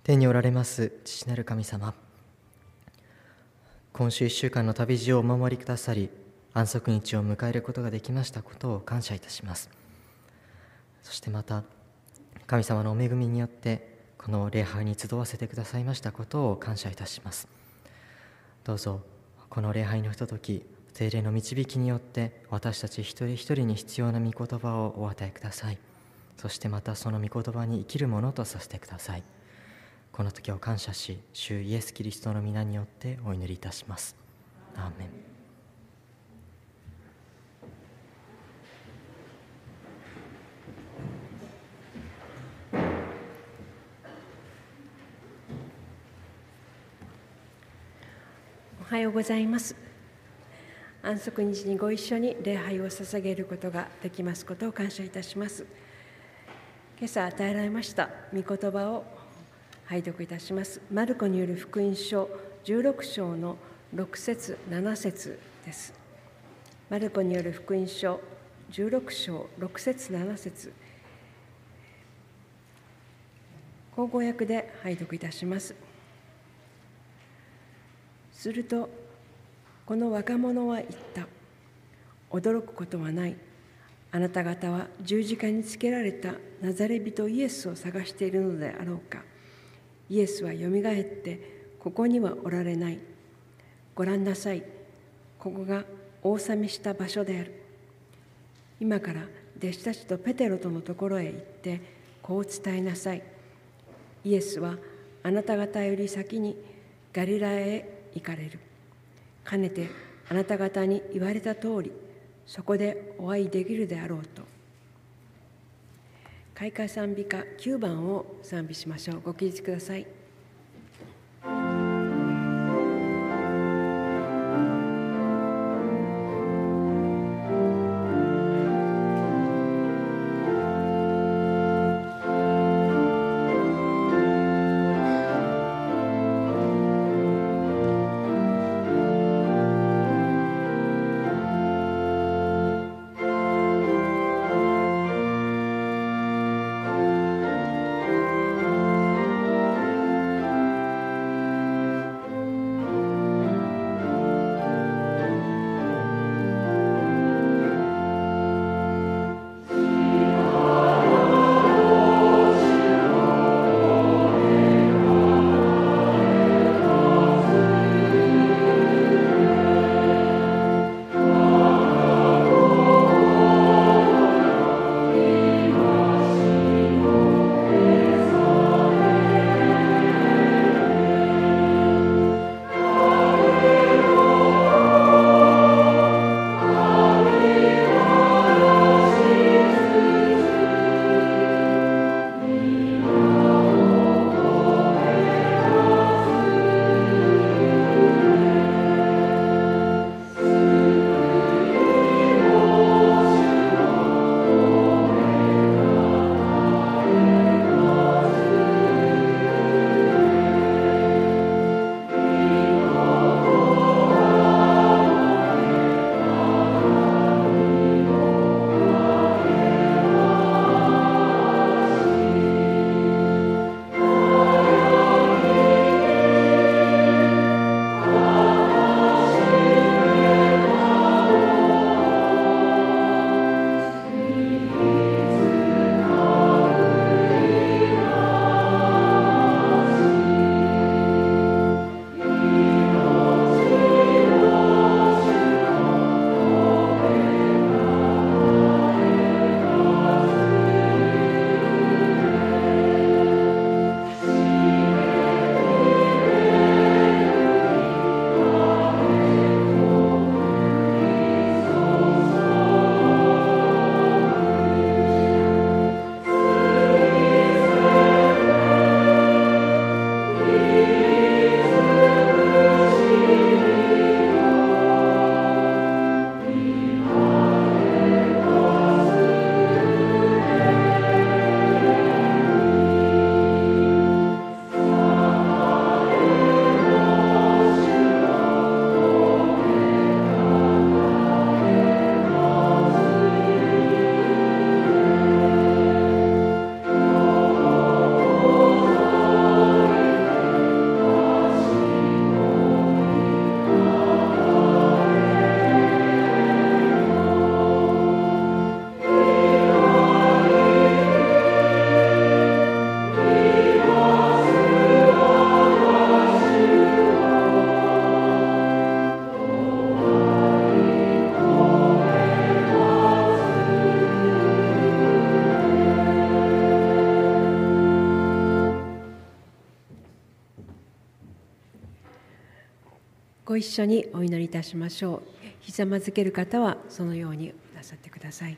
天におられます父なる神様、今週1週間の旅路をお守りくださり、安息日を迎えることができましたことを感謝いたします。そしてまた神様のお恵みによってこの礼拝に集わせてくださいましたことを感謝いたします。どうぞこの礼拝のひととき、聖霊の導きによって私たち一人一人に必要な御言葉をお与えください。そしてまたその御言葉に生きるものとさせてください。この時を感謝し、主イエス・キリストの皆によってお祈りいたします。アーメン。 おはようございます。安息日にご一緒に礼拝を捧げることができますことを感謝いたします。今朝与えられました御言葉を拝読いたします。マルコによる福音書16章の6節7節です。マルコによる福音書16章6節7節、口語訳で拝読いたします。するとこの若者は言った。驚くことはない。あなた方は十字架につけられたナザレ人イエスを探しているのであろうか。イエスはよみがえってここにはおられない。ご覧なさい。ここがお納めした場所である。今から弟子たちとペテロとのところへ行ってこう伝えなさい。イエスはあなた方より先にガリラヤへ行かれる。かねてあなた方に言われた通り、そこでお会いできるであろうと。開会賛美歌9番を賛美しましょう。ご起立ください。 ご一緒にお祈りいたしましょう。ひざまずける方はそのようになさってください。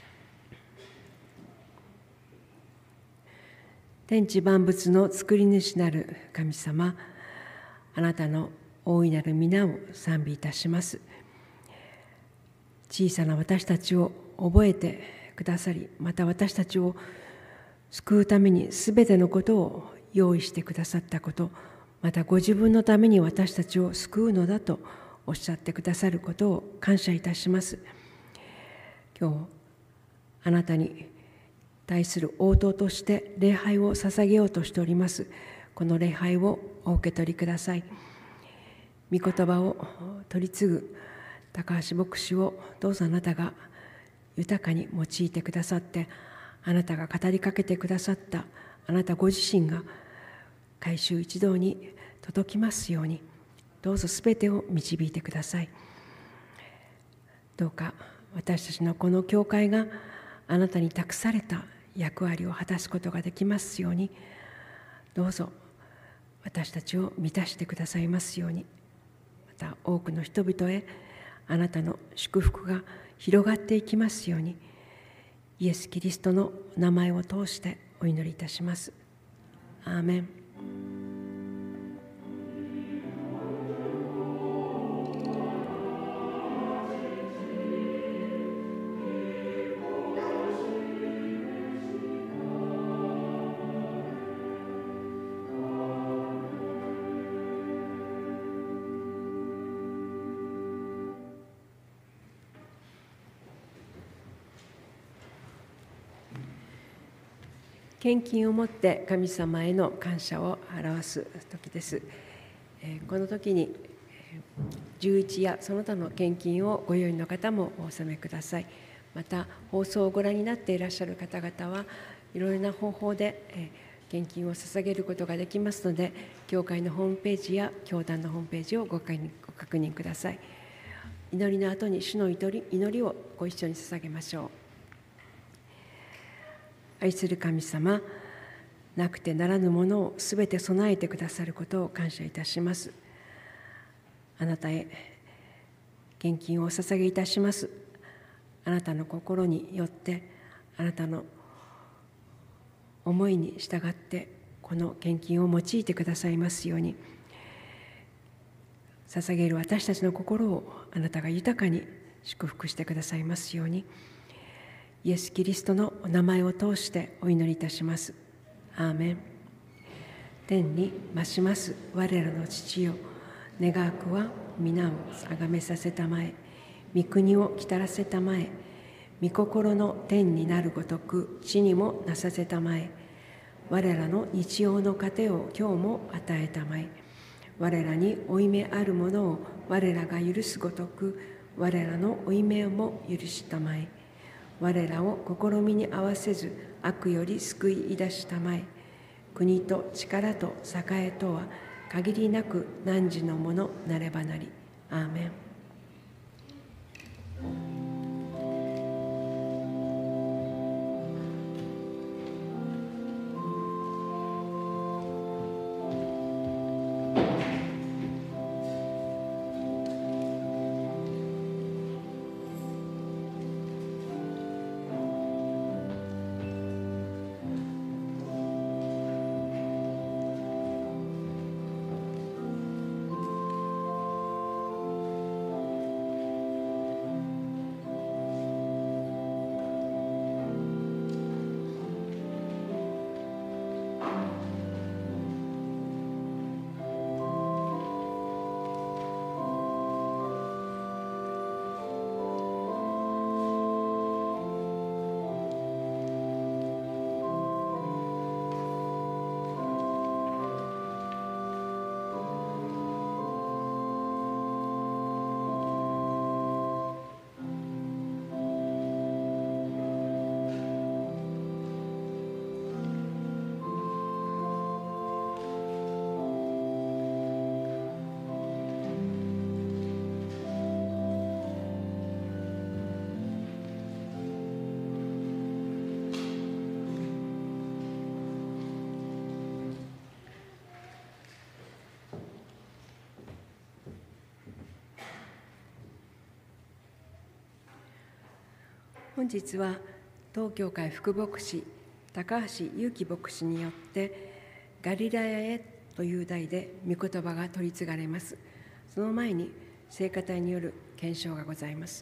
天地万物の作り主なる神様、あなたの大いなる皆を賛美いたします。小さな私たちを覚えてくださり、また私たちを救うためにすべてのことを用意してくださったこと、またご自分のために私たちを救うのだとおっしゃってくださることを感謝いたします。今日あなたに対する応答として礼拝を捧げようとしております。この礼拝をお受け取りください。御言葉を取り継ぐ高橋牧師をどうぞあなたが豊かに用いてくださって、あなたが語りかけてくださったあなたご自身が改宗一同に届きますように、どうぞすべてを導いてください。どうか私たちのこの教会があなたに託された役割を果たすことができますように、どうぞ私たちを満たしてくださいますように、また多くの人々へあなたの祝福が広がっていきますように、イエス・キリストの名前を通してお祈りいたします。アーメン。献金をもって神様への感謝を表す時です。この時に11やその他の献金をご用意の方もお納めください。また放送をご覧になっていらっしゃる方々はいろいろな方法で献金を捧げることができますので、教会のホームページや教団のホームページをご確認ください。祈りの後に主の祈りをご一緒に捧げましょう。愛する神様、なくてならぬものをすべて備えてくださることを感謝いたします。あなたへ献金をお捧げいたします。あなたの心によって、あなたの思いに従ってこの献金を用いてくださいますように、捧げる私たちの心をあなたが豊かに祝福してくださいますように、イエス・キリストのお名前を通してお祈りいたします。アーメン。天に増します我らの父よ、願わくは皆をあがめさせたまえ、御国を来たらせたまえ、御心の天になるごとく地にもなさせたまえ、我らの日曜の糧を今日も与えたまえ、我らに負い目あるものを我らが許すごとく我らの負い目をも許したまえ、我らを試みに合わせず悪より救い出したまえ、国と力と栄とは限りなく汝のものなればなり。アーメン。 本日は当教会副牧師高橋祐樹牧師によってガリラヤへという題で御言葉が取り継がれます。その前に聖歌隊による献唱がございます。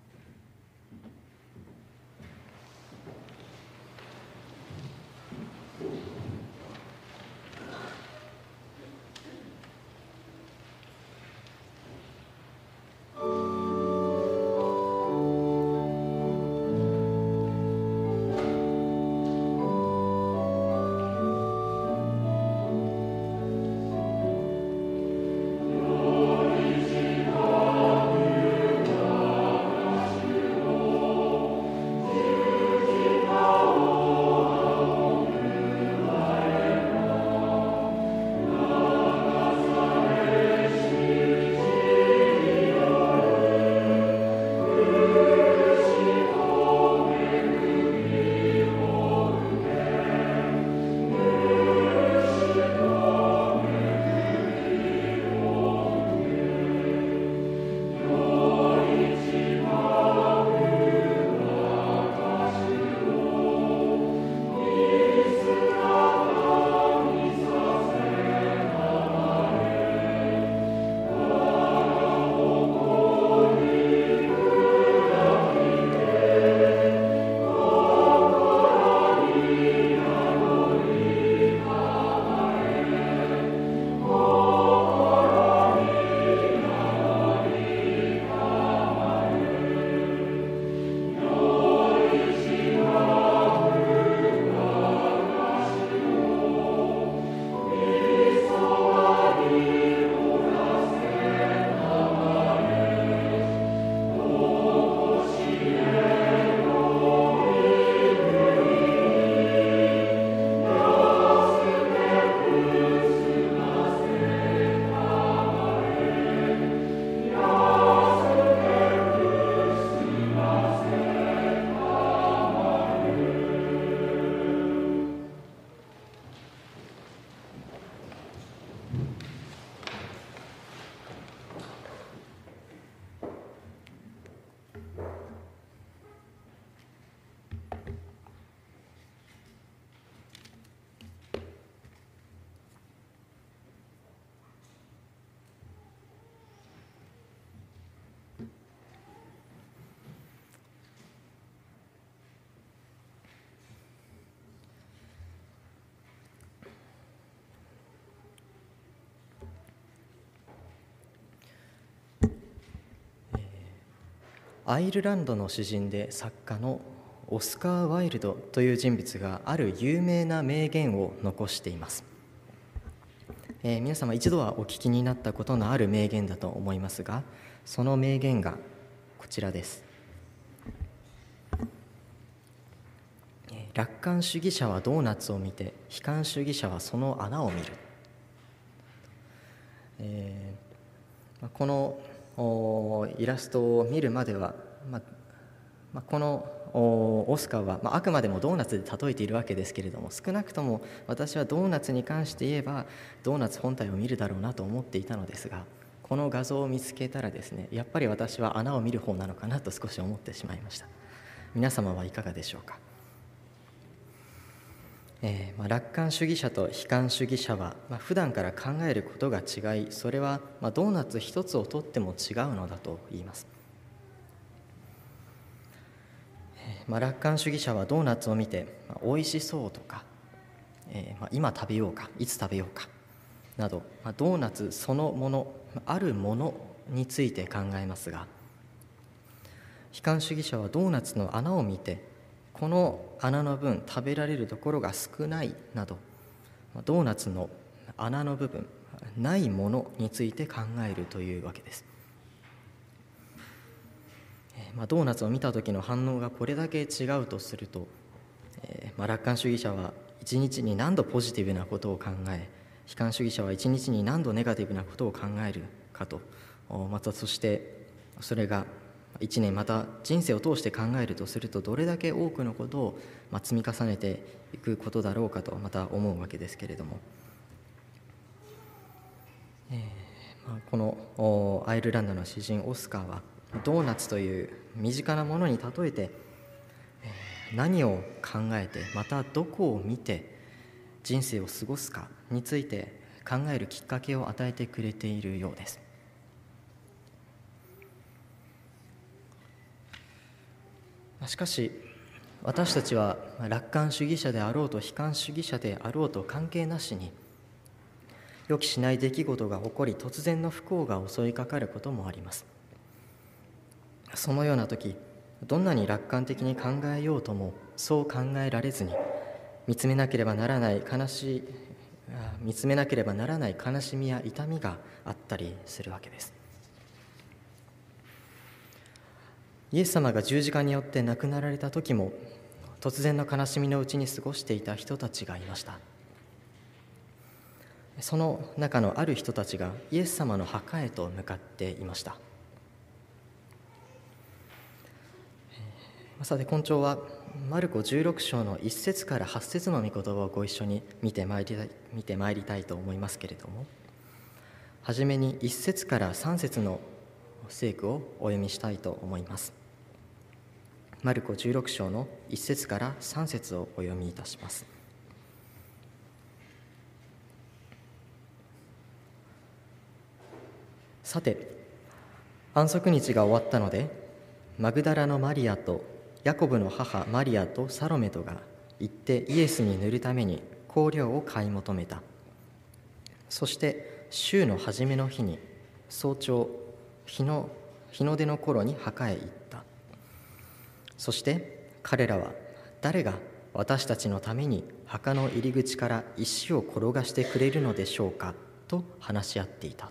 アイルランドの詩人で作家のオスカー・ワイルドという人物がある有名な名言を残しています。皆様一度はお聞きになったことのある名言だと思いますが、その名言がこちらです。楽観主義者はドーナツを見て、悲観主義者はその穴を見る。このイラストを見るまでは、このオスカーは、あくまでもドーナツで例えているわけですけれども、少なくとも私はドーナツに関して言えばドーナツ本体を見るだろうなと思っていたのですが、この画像を見つけたらですね、やっぱり私は穴を見る方なのかなと少し思ってしまいました。皆様はいかがでしょうか。楽観主義者と悲観主義者は、普段から考えることが違い、それは、ドーナツ一つをとっても違うのだと言います。楽観主義者はドーナツを見て、美味しそうとか、今食べようか、いつ食べようかなど、ドーナツそのもの、あるものについて考えますが、悲観主義者はドーナツの穴を見て、この穴の分食べられるところが少ないなど、ドーナツの穴の部分、ないものについて考えるというわけです。ドーナツを見た時の反応がこれだけ違うとすると、楽観主義者は一日に何度ポジティブなことを考え、悲観主義者は一日に何度ネガティブなことを考えるかと、またそしてそれが1年また人生を通して考えるとすると、どれだけ多くのことを積み重ねていくことだろうかとまた思うわけですけれども、このアイルランドの詩人オスカーはドーナツという身近なものに例えて何を考えて、またどこを見て人生を過ごすかについて考えるきっかけを与えてくれているようです。しかし私たちは楽観主義者であろうと悲観主義者であろうと関係なしに、予期しない出来事が起こり突然の不幸が襲いかかることもあります。そのような時、どんなに楽観的に考えようともそう考えられずに、見つめなければならない悲しみや痛みがあったりするわけです。イエス様が十字架によって亡くなられた時も、突然の悲しみのうちに過ごしていた人たちがいました。その中のある人たちがイエス様の墓へと向かっていました。さて、今朝はマルコ16章の1節から8節の御言葉をご一緒に見てまいりたいと思いますけれども、はじめに1節から3節の聖句をお読みしたいと思います。マルコ16章の1節から3節をお読みいたします。さて、安息日が終わったので、マグダラのマリアとヤコブの母マリアとサロメとが行ってイエスに塗るために香料を買い求めた。そして週の初めの日に早朝日の出の頃に墓へ行った。そして彼らは、誰が私たちのために墓の入り口から石を転がしてくれるのでしょうかと話し合っていた。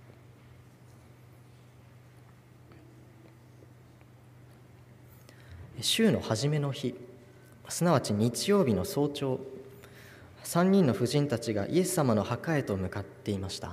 週の初めの日、すなわち日曜日の早朝、3人の婦人たちがイエス様の墓へと向かっていました。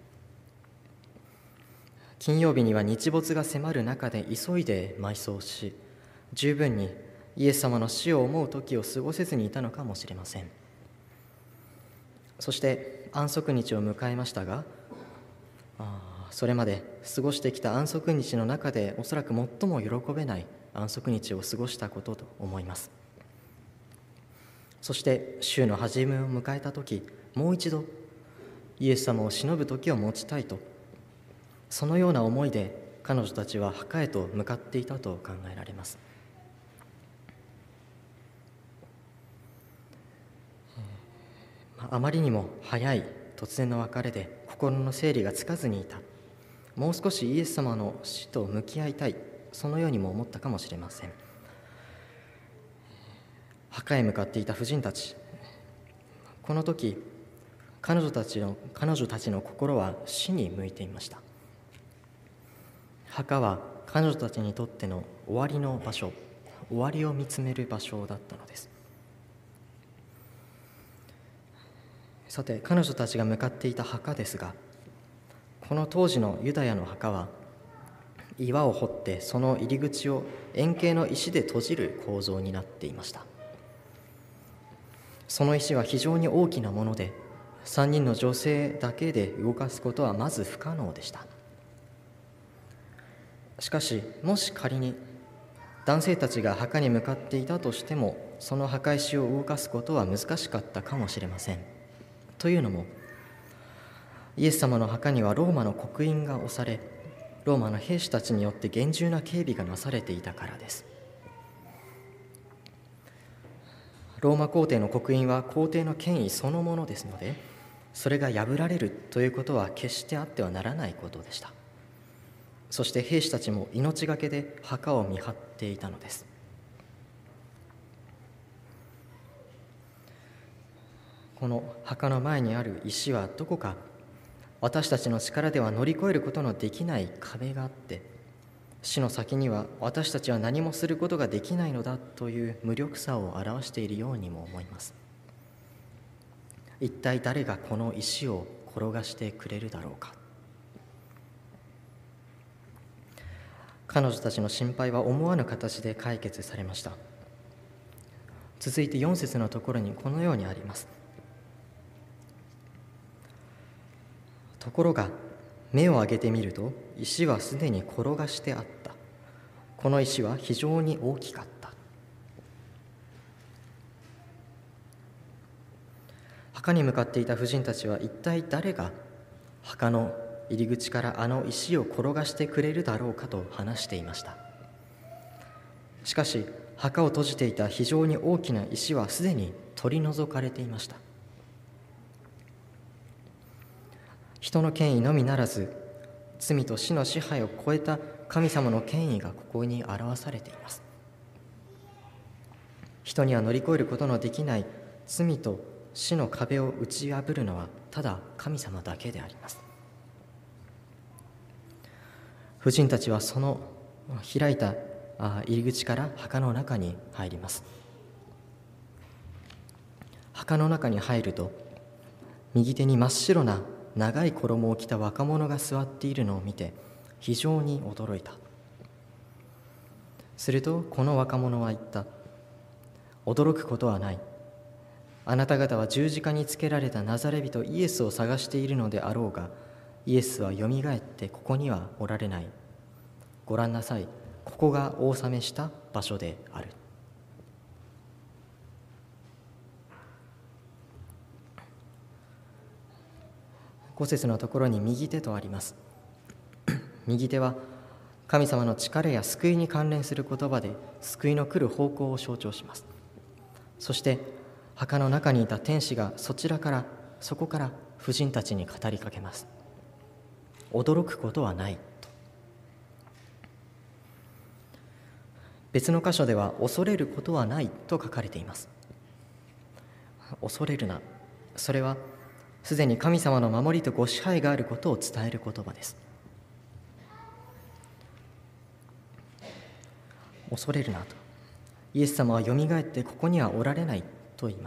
金曜日には日没が迫る中で急いで埋葬し、十分にイエス様の死を思う時を過ごせずにいたのかもしれません。そして安息日を迎えましたが、それまで過ごしてきた安息日の中でおそらく最も喜べない安息日を過ごしたことと思います。そして週の初めを迎えた時、もう一度イエス様を偲ぶ時を持ちたいと、そのような思いで彼女たちは墓へと向かっていたと考えられます。あまりにも早い突然の別れで心の整理がつかずにいた。もう少しイエス様の死と向き合いたい、そのようにも思ったかもしれません。墓へ向かっていた婦人たち、この時彼女たちの心は死に向いていました。墓は彼女たちにとっての終わりの場所、終わりを見つめる場所だったのです。さて、彼女たちが向かっていた墓ですが、この当時のユダヤの墓は岩を掘ってその入り口を円形の石で閉じる構造になっていました。その石は非常に大きなもので、3人の女性だけで動かすことはまず不可能でした。しかし、もし仮に男性たちが墓に向かっていたとしても、その墓石を動かすことは難しかったかもしれません。というのも、イエス様の墓にはローマの刻印が押され、ローマの兵士たちによって厳重な警備がなされていたからです。ローマ皇帝の刻印は皇帝の権威そのものですので、それが破られるということは決してあってはならないことでした。そして兵士たちも命がけで墓を見張っていたのです。この墓の前にある石はどこか私たちの力では乗り越えることのできない壁があって、死の先には私たちは何もすることができないのだという無力さを表しているようにも思います。一体誰がこの石を転がしてくれるだろうか。彼女たちの心配は思わぬ形で解決されました。続いて4節のところにこのようにあります。ところが目を上げてみると、石はすでに転がしてあった。この石は非常に大きかった。 墓に向かっていた婦人たちは一体誰が墓の入り口からあの石を転がしてくれるだろうかと話していました。しかし墓を閉じていた非常に大きな石はすでに取り除かれていました。人の権威のみならず、罪と死の支配を超えた神様の権威がここに表されています。人には乗り越えることのできない罪と死の壁を打ち破るのはただ神様だけであります。婦人たちはその開いた入り口から墓の中に入ります。墓の中に入ると、右手に真っ白な長い衣を着た若者が座っているのを見て非常に驚いた。するとこの若者は言った。驚くことはない。あなた方は十字架につけられたナザレ人イエスを探しているのであろうが、イエスはよみがえってここにはおられない。ご覧なさい、ここがお納めした場所である。5節のところに右手とあります。右手は神様の力や救いに関連する言葉で救いの来る方向を象徴します。そして墓の中にいた天使がそこから婦人たちに語りかけます。驚くことはないと。別の箇所では恐れることはないと書かれています。恐れるな、それはすでに神様の守りとご支配があることを伝える言葉です。恐れるなと。イエス様はよみがえってここにはおられないと言います。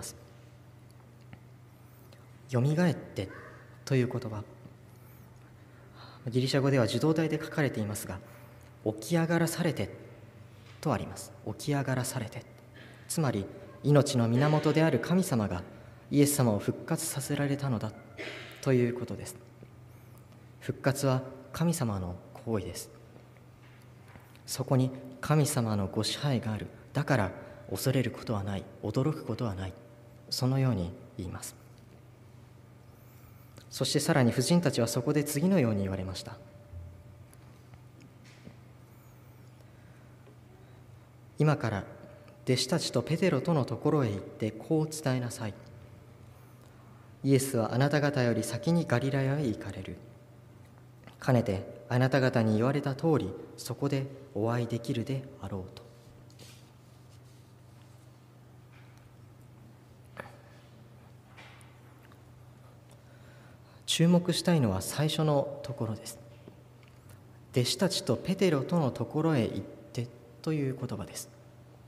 よみがえってという言葉、ギリシャ語では受動体で書かれていますが、起き上がらされてとあります。起き上がらされて、つまり命の源である神様がイエス様を復活させられたのだということです。復活は神様の行為です。そこに神様のご支配がある。だから恐れることはない、驚くことはない、そのように言います。そしてさらに婦人たちはそこで次のように言われました。今から弟子たちとペテロとのところへ行ってこう伝えなさい。イエスはあなた方より先にガリラヤへ行かれる。かねてあなた方に言われた通り、そこでお会いできるであろうと。注目したいのは最初のところです。弟子たちとペテロとのところへ行ってという言葉です。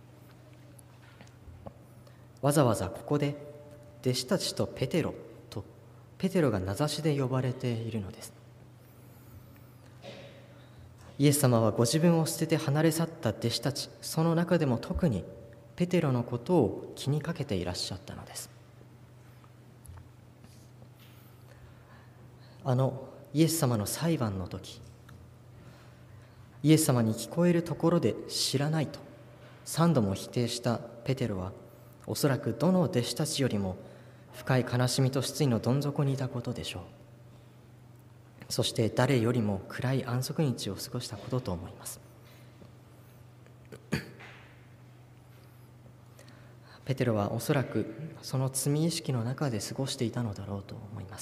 わざわざここで弟子たちとペテロとペテロが名指しで呼ばれているのです。イエス様はご自分を捨てて離れ去った弟子たち、その中でも特にペテロのことを気にかけていらっしゃったのです。イエス様の裁判の時、イエス様に聞こえるところで知らないと3度も否定したペテロは、おそらくどの弟子たちよりも深い悲しみと失意のどん底にいたことでしょう。そして誰よりも暗い安息日を過ごしたことと思います。ペテロはおそらくその罪意識の中で過ごしていたのだろうと思います。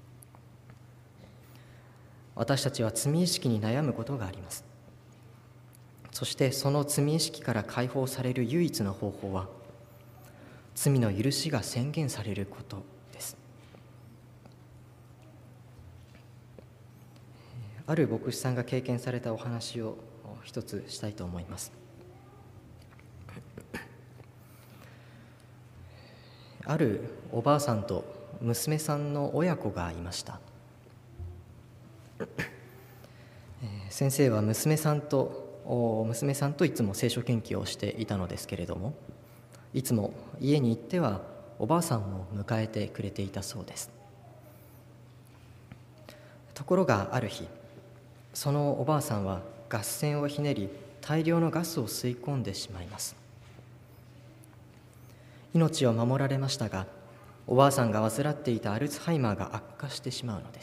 私たちは罪意識に悩むことがあります。そしてその罪意識から解放される唯一の方法は、罪の許しが宣言されることです。ある牧師さんが経験されたお話を一つしたいと思います。あるおばあさんと娘さんの親子がいました。先生は娘さんといつも聖書研究をしていたのですけれども、いつも家に行ってはおばあさんを迎えてくれていたそうです。ところがある日、そのおばあさんはガス栓をひねり大量のガスを吸い込んでしまいます。命を守られましたが、 おばあさんが患っていたアルツハイマーが悪化してしまうのです。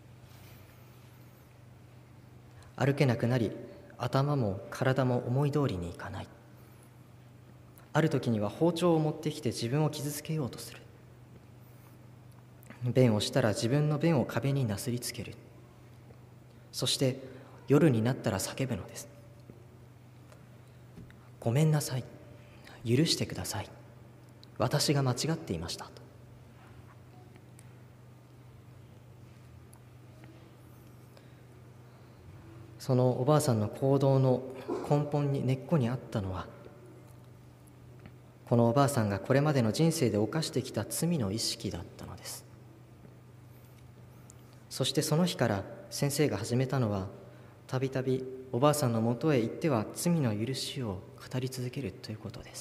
歩けなくなり、頭も体も思い通りにいかない。ある時には包丁を持ってきて自分を傷つけようとする。便をしたら自分の便を壁になすりつける。そして夜になったら叫ぶのです。ごめんなさい。許してください。私が間違っていましたと。そのおばあさんの行動の根本に、根っこにあったのは、このおばあさんがこれまでの人生で犯してきた罪の意識だったのです。そしてその日から先生が始めたのは、たびたびおばあさんのもとへ行っては罪の許しを語り続けるということです。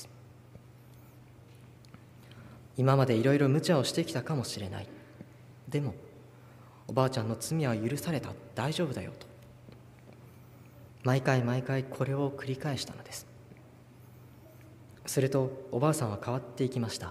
今までいろいろ無茶をしてきたかもしれない。でもおばあちゃんの罪は許された、大丈夫だよと、毎回毎回これを繰り返したのです。するとおばあさんは変わっていきました。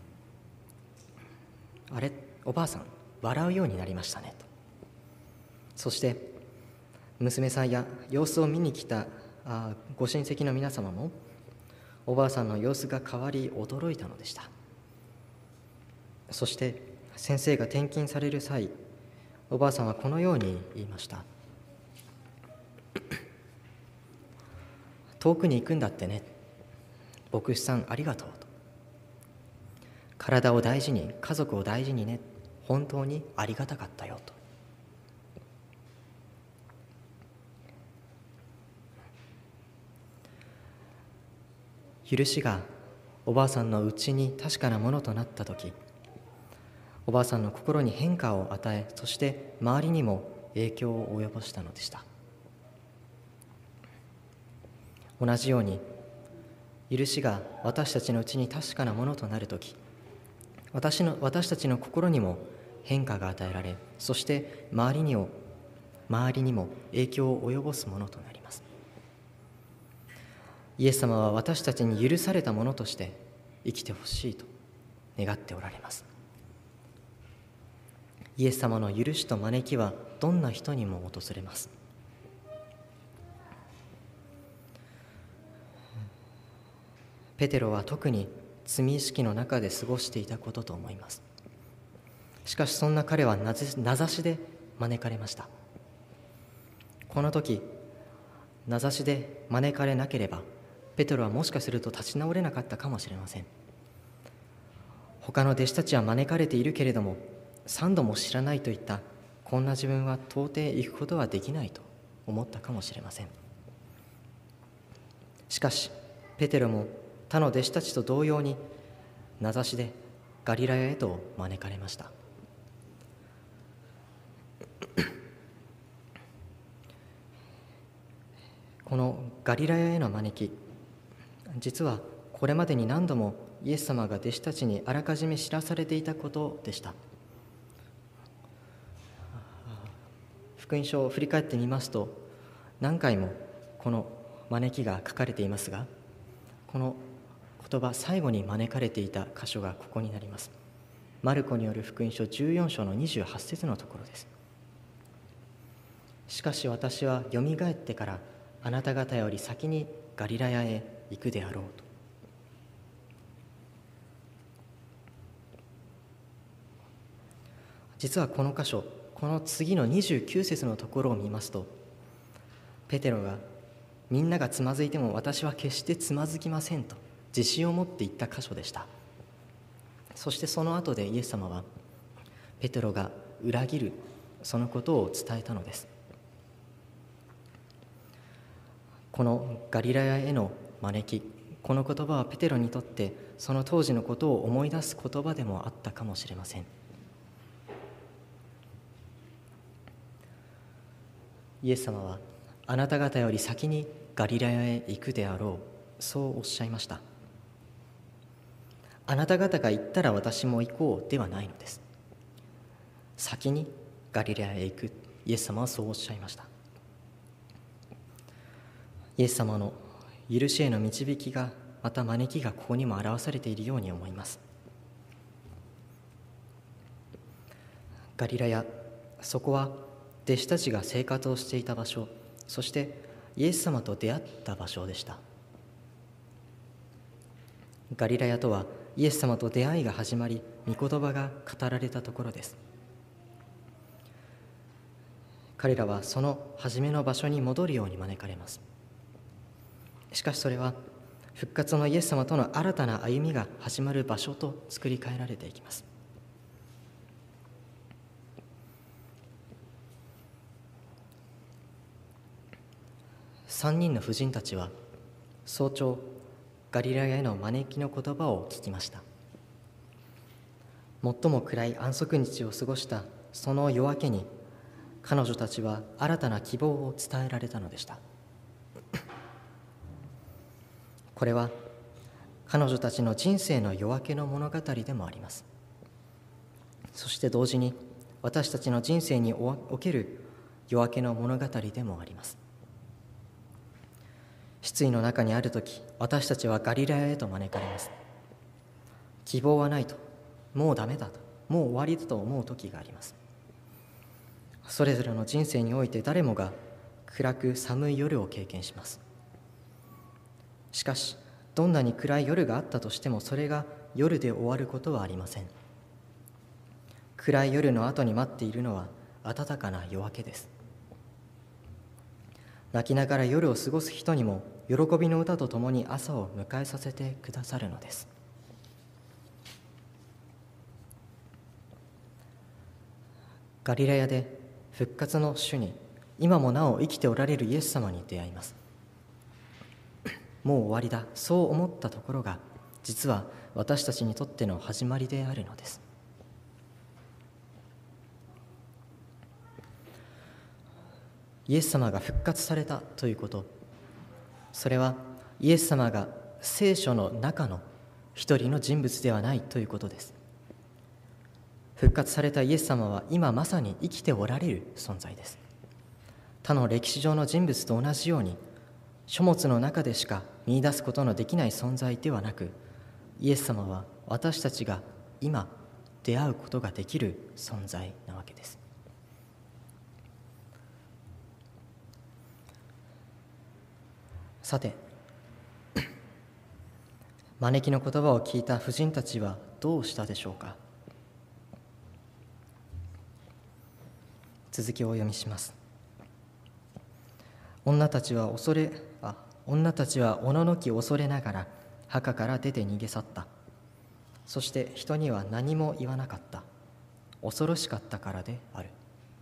あれ、おばあさん笑うようになりましたねと。そして娘さんや様子を見に来たご親戚の皆様もおばあさんの様子が変わり驚いたのでした。そして先生が転勤される際、おばあさんはこのように言いました。遠くに行くんだってね。牧師さんありがとうと。体を大事に、家族を大事にね。本当にありがたかったよと。許しがおばあさんのうちに確かなものとなったとき、おばあさんの心に変化を与え、そして周りにも影響を及ぼしたのでした。同じように許しが私たちのうちに確かなものとなるとき、私たちの心にも変化が与えられ、そして周りにも影響を及ぼすものとなります。イエス様は私たちに許されたものとして生きてほしいと願っておられます。イエス様の許しと招きはどんな人にも訪れます。ペテロは特に罪意識の中で過ごしていたことと思います。しかしそんな彼は名指しで招かれました。この時、名指しで招かれなければ、ペテロはもしかすると立ち直れなかったかもしれません。他の弟子たちは招かれているけれども、3度も知らないといった、こんな自分は到底行くことはできないと思ったかもしれません。しかし、ペテロも他の弟子たちと同様に、名指しでガリラヤへと招かれました。このガリラヤへの招き、実はこれまでに何度もイエス様が弟子たちにあらかじめ知らされていたことでした。福音書を振り返ってみますと、何回もこの招きが書かれていますが、この言葉、最後に招かれていた箇所がここになります。マルコによる福音書14章の28節のところです。しかし私はよみがえってからあなた方より先にガリラヤへ行くであろうと。実はこの箇所、この次の29節のところを見ますと、ペテロがみんながつまずいても私は決してつまずきませんと自信を持って言った箇所でした。そしてその後でイエス様はペテロが裏切るそのことを伝えたのです。このガリラヤへの招き、この言葉はペテロにとってその当時のことを思い出す言葉でもあったかもしれません。イエス様はあなた方より先にガリラヤへ行くであろう、そうおっしゃいました。あなた方が行ったら私も行こうではないのです。先にガリラヤへ行く、イエス様はそうおっしゃいました。イエス様の許しへの導きが、また招きがここにも表されているように思います。 ガリラヤ、そこは弟子たちが生活をしていた場所、そしてイエス様と出会った場所でした。ガリラヤとはイエス様と出会いが始まり、御言葉が語られたところです。彼らはその初めの場所に戻るように招かれます。しかしそれは復活のイエス様との新たな歩みが始まる場所と作り変えられていきます。3人の婦人たちは早朝ガリラヤへの招きの言葉を聞きました。最も暗い安息日を過ごしたその夜明けに、彼女たちは新たな希望を伝えられたのでした。これは彼女たちの人生の夜明けの物語でもあります。そして同時に私たちの人生における夜明けの物語でもあります。失意の中にあるとき、私たちはガリラヤへと招かれます。希望はないと、もうダメだと、もう終わりだと思うときがあります。それぞれの人生において誰もが暗く寒い夜を経験します。しかし、どんなに暗い夜があったとしても、それが夜で終わることはありません。暗い夜の後に待っているのは暖かな夜明けです。泣きながら夜を過ごす人にも喜びの歌とともに朝を迎えさせてくださるのです。ガリラヤで復活の主に今もなお生きておられるイエス様に出会います。もう終わりだ、そう思ったところが実は私たちにとっての始まりであるのです。イエス様が復活されたということ、それはイエス様が聖書の中の一人の人物ではないということです。復活されたイエス様は今まさに生きておられる存在です。他の歴史上の人物と同じように書物の中でしか見出すことのできない存在ではなく、イエス様は私たちが今出会うことができる存在なわけです。さて、招きの言葉を聞いた婦人たちはどうしたでしょうか。続きをお読みします。女たちはおののき恐れながら墓から出て逃げ去った。そして人には何も言わなかった。恐ろしかったからである。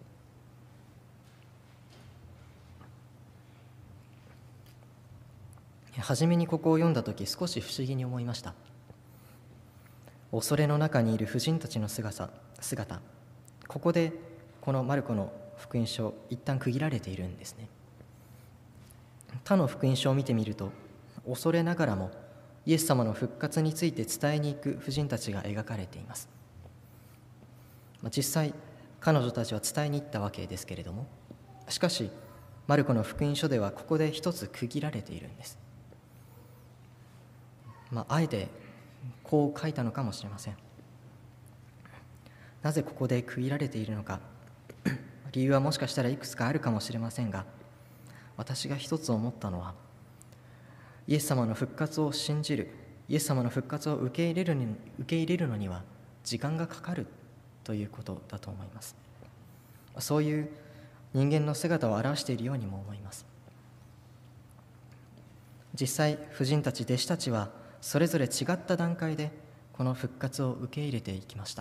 初めにここを読んだとき、少し不思議に思いました。恐れの中にいる婦人たちの姿、ここでこのマルコの福音書、一旦区切られているんですね。他の福音書を見てみると、恐れながらもイエス様の復活について伝えに行く婦人たちが描かれています。実際彼女たちは伝えに行ったわけですけれども、しかしマルコの福音書ではここで一つ区切られているんです。あえてこう書いたのかもしれません。なぜここで区切られているのか、理由はもしかしたらいくつかあるかもしれませんが、私が一つ思ったのは、イエス様の復活を信じる、イエス様の復活を受け入れるのには時間がかかるということだと思います。そういう人間の姿を表しているようにも思います。実際婦人たち、弟子たちはそれぞれ違った段階でこの復活を受け入れていきました。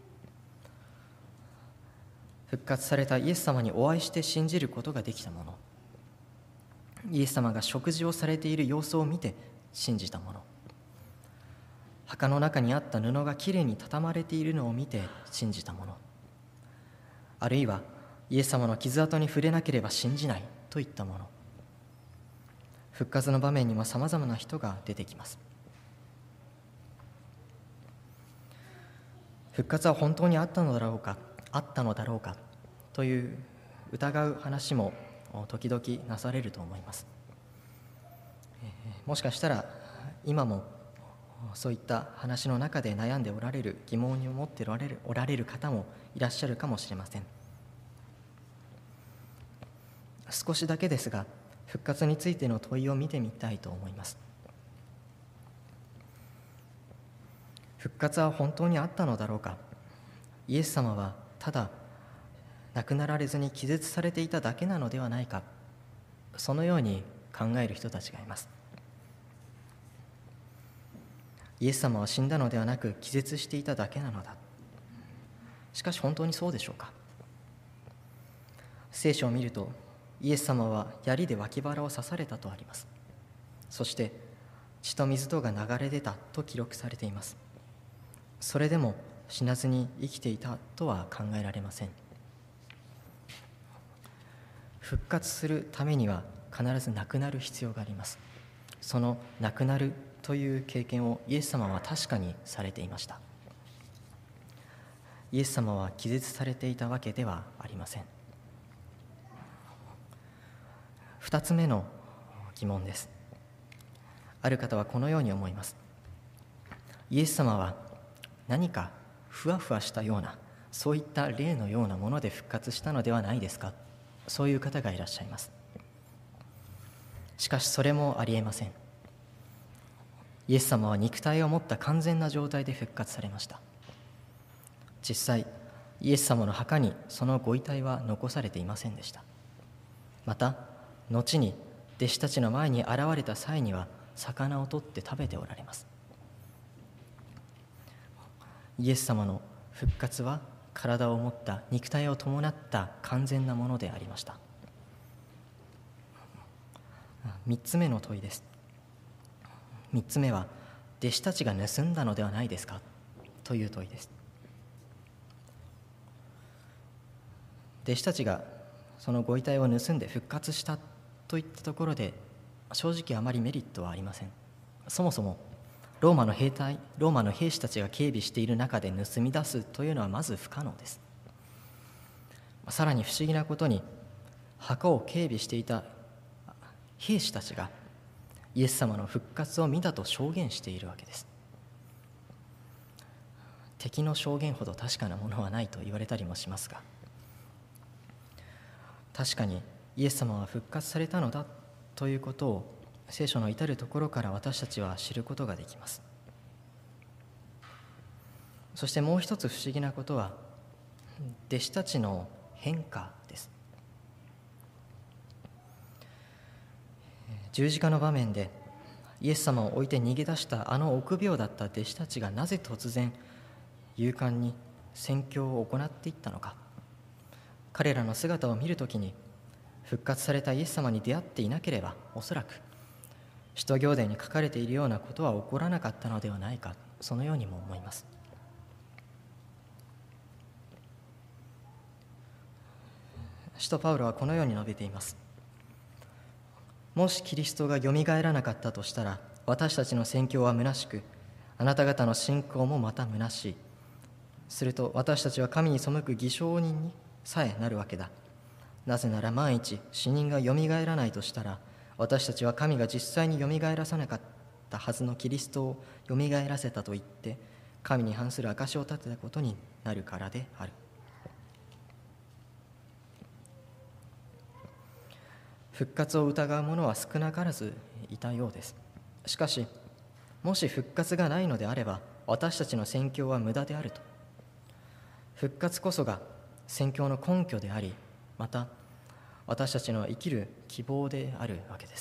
復活されたイエス様にお会いして信じることができた者、イエス様が食事をされている様子を見て信じた者、墓の中にあった布がきれいに畳まれているのを見て信じた者、あるいはイエス様の傷跡に触れなければ信じないといった者、復活の場面にもさまざまな人が出てきます。復活は本当にあったのだろうかという疑う話も時々なされると思います。もしかしたら今もそういった話の中で悩んでおられる、疑問に思っておられる方もいらっしゃるかもしれません。少しだけですが、復活についての問いを見てみたいと思います。復活は本当にあったのだろうか。イエス様はただ亡くなられずに気絶されていただけなのではないか、そのように考える人たちがいます。イエス様は死んだのではなく気絶していただけなのだ。しかし本当にそうでしょうか。聖書を見ると、イエス様は槍で脇腹を刺されたとあります。そして血と水とが流れ出たと記録されています。それでも死なずに生きていたとは考えられません。復活するためには必ず亡くなる必要があります。その亡くなるという経験をイエス様は確かにされていました。イエス様は気絶されていたわけではありません。2つ目の疑問です。ある方はこのように思います。イエス様は何かふわふわしたような、そういった霊のようなもので復活したのではないですか。そういう方がいらっしゃいます。しかしそれもありえません。イエス様は肉体を持った完全な状態で復活されました。実際イエス様の墓にそのご遺体は残されていませんでした。また後に弟子たちの前に現れた際には魚を取って食べておられます。イエス様の復活は体を持った肉体を伴った完全なものでありました。3つ目の問いです。3つ目は、弟子たちが盗んだのではないですかという問いです。弟子たちがそのご遺体を盗んで復活したといったところで、正直あまりメリットはありません。そもそもローマの兵士たちが警備している中で盗み出すというのはまず不可能です。さらに不思議なことに、墓を警備していた兵士たちがイエス様の復活を見たと証言しているわけです。敵の証言ほど確かなものはないと言われたりもしますが、確かにイエス様は復活されたのだということを聖書の至るところから私たちは知ることができます。そしてもう一つ不思議なことは、弟子たちの変化です。十字架の場面でイエス様を置いて逃げ出したあの臆病だった弟子たちがなぜ突然勇敢に宣教を行っていったのか。彼らの姿を見るときに、復活されたイエス様に出会っていなければ、おそらく使徒行伝に書かれているようなことは起こらなかったのではないか、そのようにも思います。使徒パウロはこのように述べています。もしキリストがよみがえらなかったとしたら、私たちの宣教は虚しく、あなた方の信仰もまた虚しい。すると私たちは神に背く偽証人にさえなるわけだ。なぜなら万一死人がよみがえらないとしたら、私たちは神が実際によみがえらさなかったはずのキリストをよみがえらせたと言って神に反する証を立てたことになるからである。復活を疑う者は少なからずいたようです。しかしもし復活がないのであれば、私たちの宣教は無駄であると。復活こそが宣教の根拠であり、また私たちの生きる希望であるわけです。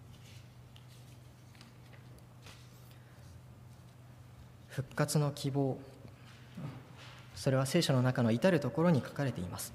復活の希望、それは聖書の中の至るところに書かれています。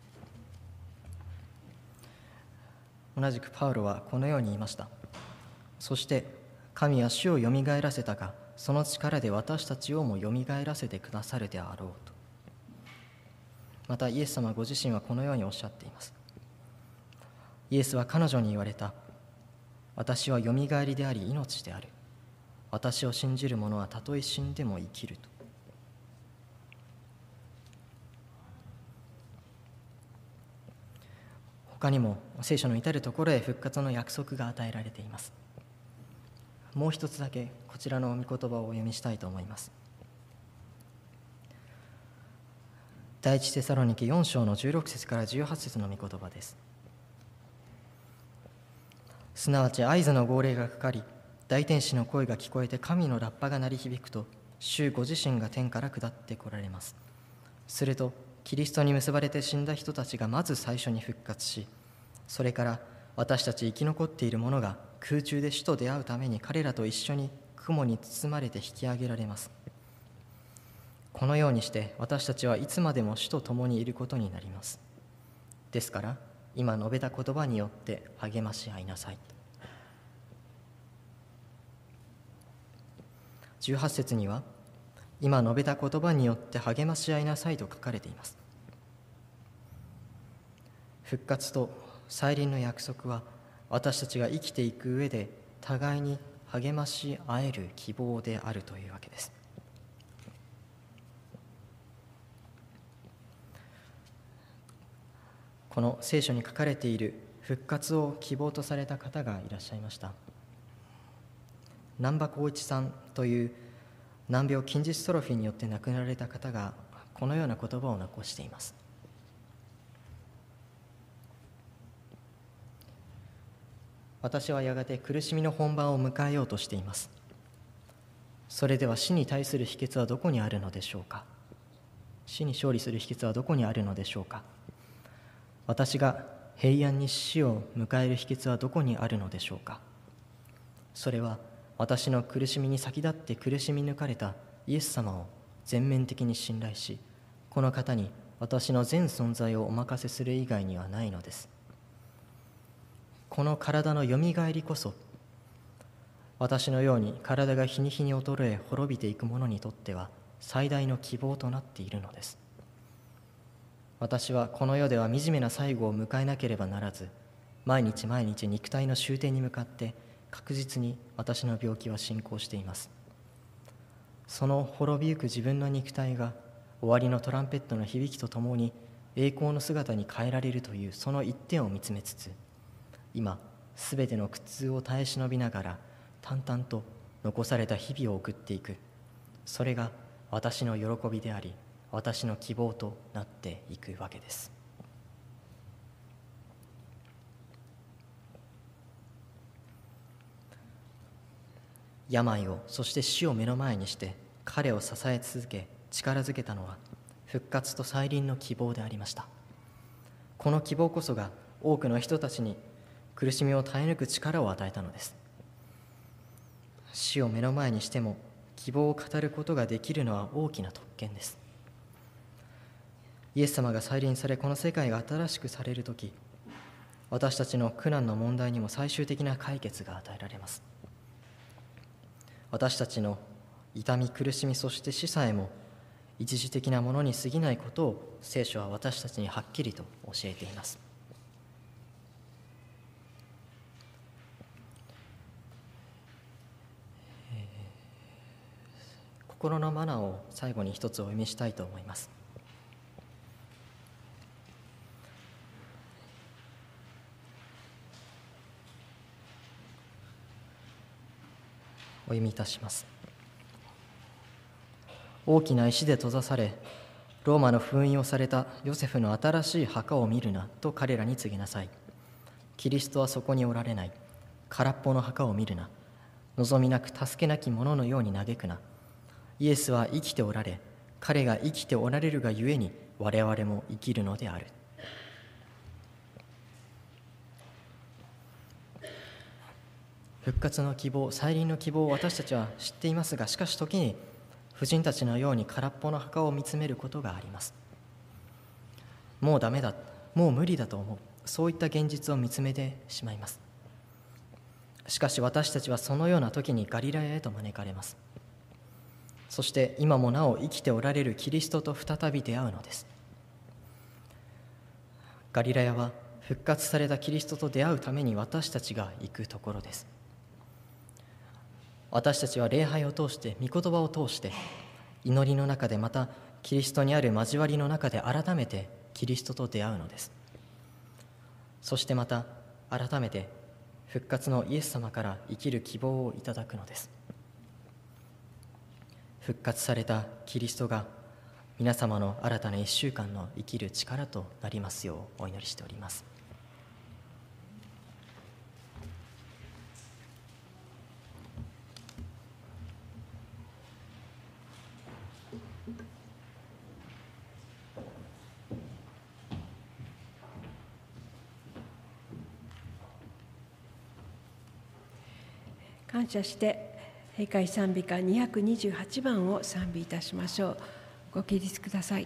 同じくパウロはこのように言いました。そして神は主をよみがえらせたが、その力で私たちをもよみがえらせてくださるであろうと。またイエス様ご自身はこのようにおっしゃっています。イエスは彼女に言われた。私はよみがえりであり命である。私を信じる者はたとえ死んでも生きると。他にも聖書の至るところへ復活の約束が与えられています。 もう一つだけこちらの御言葉をお読みしたいと思います。第一テサロニケ4章の16節から18節の御言葉です。すなわち合図の号令がかかり、大天使の声が聞こえて神のラッパが鳴り響くと、主ご自身が天から下って来られます。するとキリストに結ばれて死んだ人たちがまず最初に復活し、それから私たち生き残っている者が空中で主と出会うために彼らと一緒に雲に包まれて引き上げられます。このようにして私たちはいつまでも主と共にいることになります。ですから今述べた言葉によって励まし合いなさい。18節には今述べた言葉によって励まし合いなさいと書かれています。復活と再臨の約束は私たちが生きていく上で互いに励まし合える希望であるというわけです。この聖書に書かれている復活を希望とされた方がいらっしゃいました。難波浩一さんという難病筋ジストロフィーによって亡くなられた方がこのような言葉を残しています。私はやがて苦しみの本番を迎えようとしています。それでは死に対する秘訣はどこにあるのでしょうか。死に勝利する秘訣はどこにあるのでしょうか。私が平安に死を迎える秘訣はどこにあるのでしょうか。それは私の苦しみに先立って苦しみ抜かれたイエス様を全面的に信頼し、この方に私の全存在をお任せする以外にはないのです。この体のよみがえりこそ、私のように体が日に日に衰え滅びていく者にとっては最大の希望となっているのです。私はこの世では惨めな最後を迎えなければならず、毎日毎日肉体の終点に向かって確実に私の病気は進行しています。その滅びゆく自分の肉体が終わりのトランペットの響きとともに栄光の姿に変えられるというその一点を見つめつつ、今すべての苦痛を耐え忍びながら淡々と残された日々を送っていく、それが私の喜びであり私の希望となっていくわけです。病をそして死を目の前にして彼を支え続け力づけたのは復活と再臨の希望でありました。この希望こそが多くの人たちに苦しみを耐え抜く力を与えたのです。死を目の前にしても希望を語ることができるのは大きな特権です。イエス様が再臨されこの世界が新しくされるとき、私たちの苦難の問題にも最終的な解決が与えられます。私たちの痛み苦しみそして死さえも一時的なものに過ぎないことを聖書は私たちにはっきりと教えています。心のマナーを最後に一つお読みしたいと思います。お読みいたします。大きな石で閉ざされ、ローマの封印をされたヨセフの新しい墓を見るなと彼らに告げなさい。キリストはそこにおられない。空っぽの墓を見るな。望みなく助けなき者のように嘆くな。イエスは生きておられ、彼が生きておられるがゆえに我々も生きるのである。復活の希望、再臨の希望を私たちは知っていますが、しかし時に婦人たちのように空っぽの墓を見つめることがあります。もうダメだ、もう無理だと思う、そういった現実を見つめてしまいます。しかし私たちはそのような時にガリラヤへと招かれます。そして今もなお生きておられるキリストと再び出会うのです。ガリラヤは復活されたキリストと出会うために私たちが行くところです。私たちは礼拝を通して御言葉を通して祈りの中でまたキリストにある交わりの中で改めてキリストと出会うのです。そしてまた改めて復活のイエス様から生きる希望をいただくのです。復活されたキリストが皆様の新たな1週間の生きる力となりますようお祈りしております。 感謝して閉会賛美歌228番を賛美いたしましょう。ご起立ください。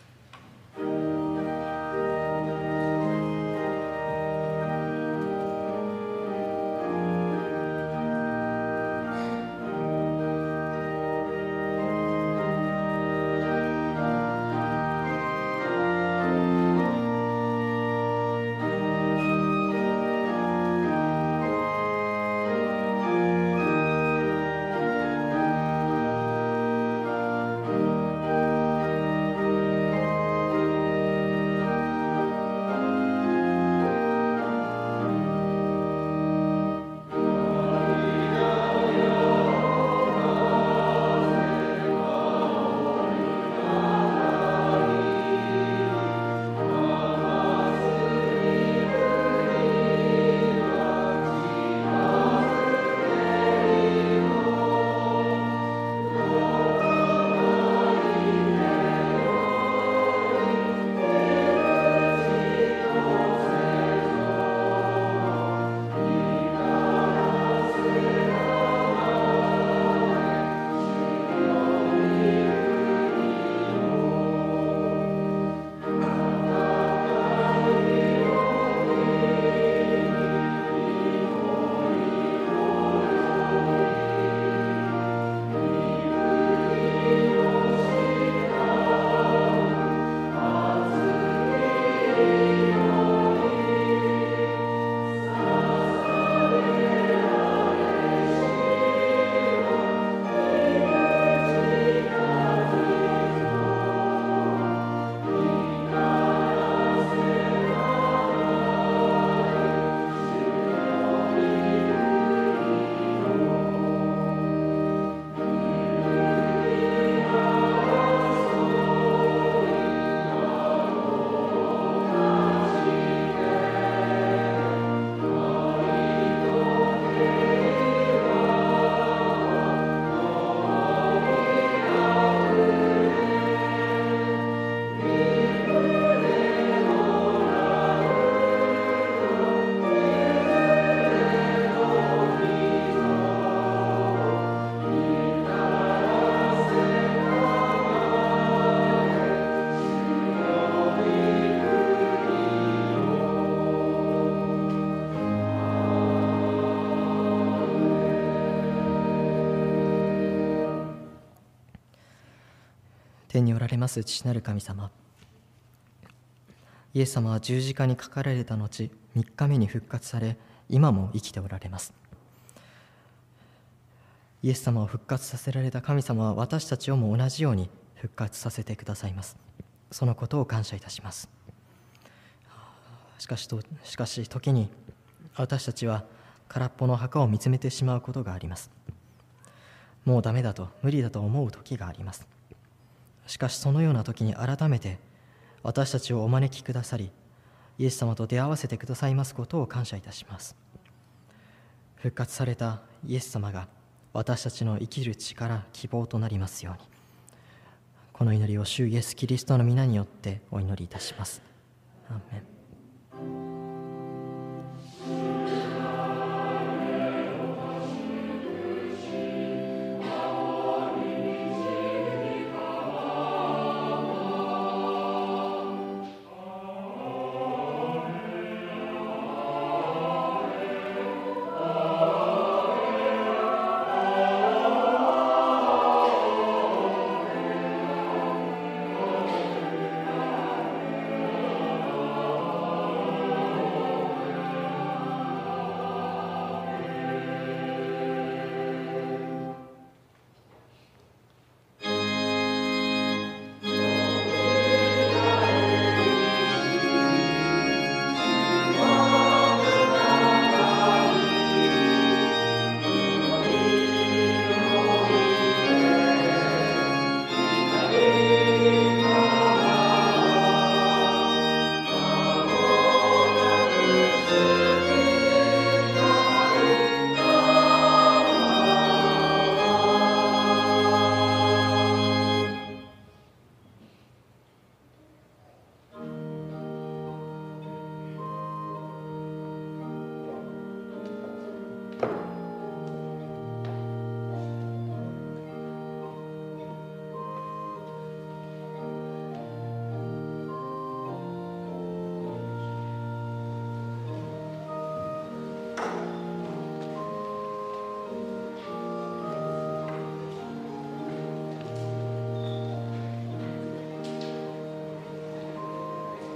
天におられます父なる神様、イエス様は十字架にかかられた後、3日目に復活され、今も生きておられます。イエス様を復活させられた神様は私たちをも同じように復活させてくださいます。そのことを感謝いたします。しかし時に私たちは空っぽの墓を見つめてしまうことがあります。もうダメだと、無理だと思う時があります。しかしそのような時に改めて私たちをお招きくださり、イエス様と出会わせてくださいますことを感謝いたします。復活されたイエス様が私たちの生きる力、希望となりますように。この祈りを主イエスキリストの皆によってお祈りいたします。アーメン。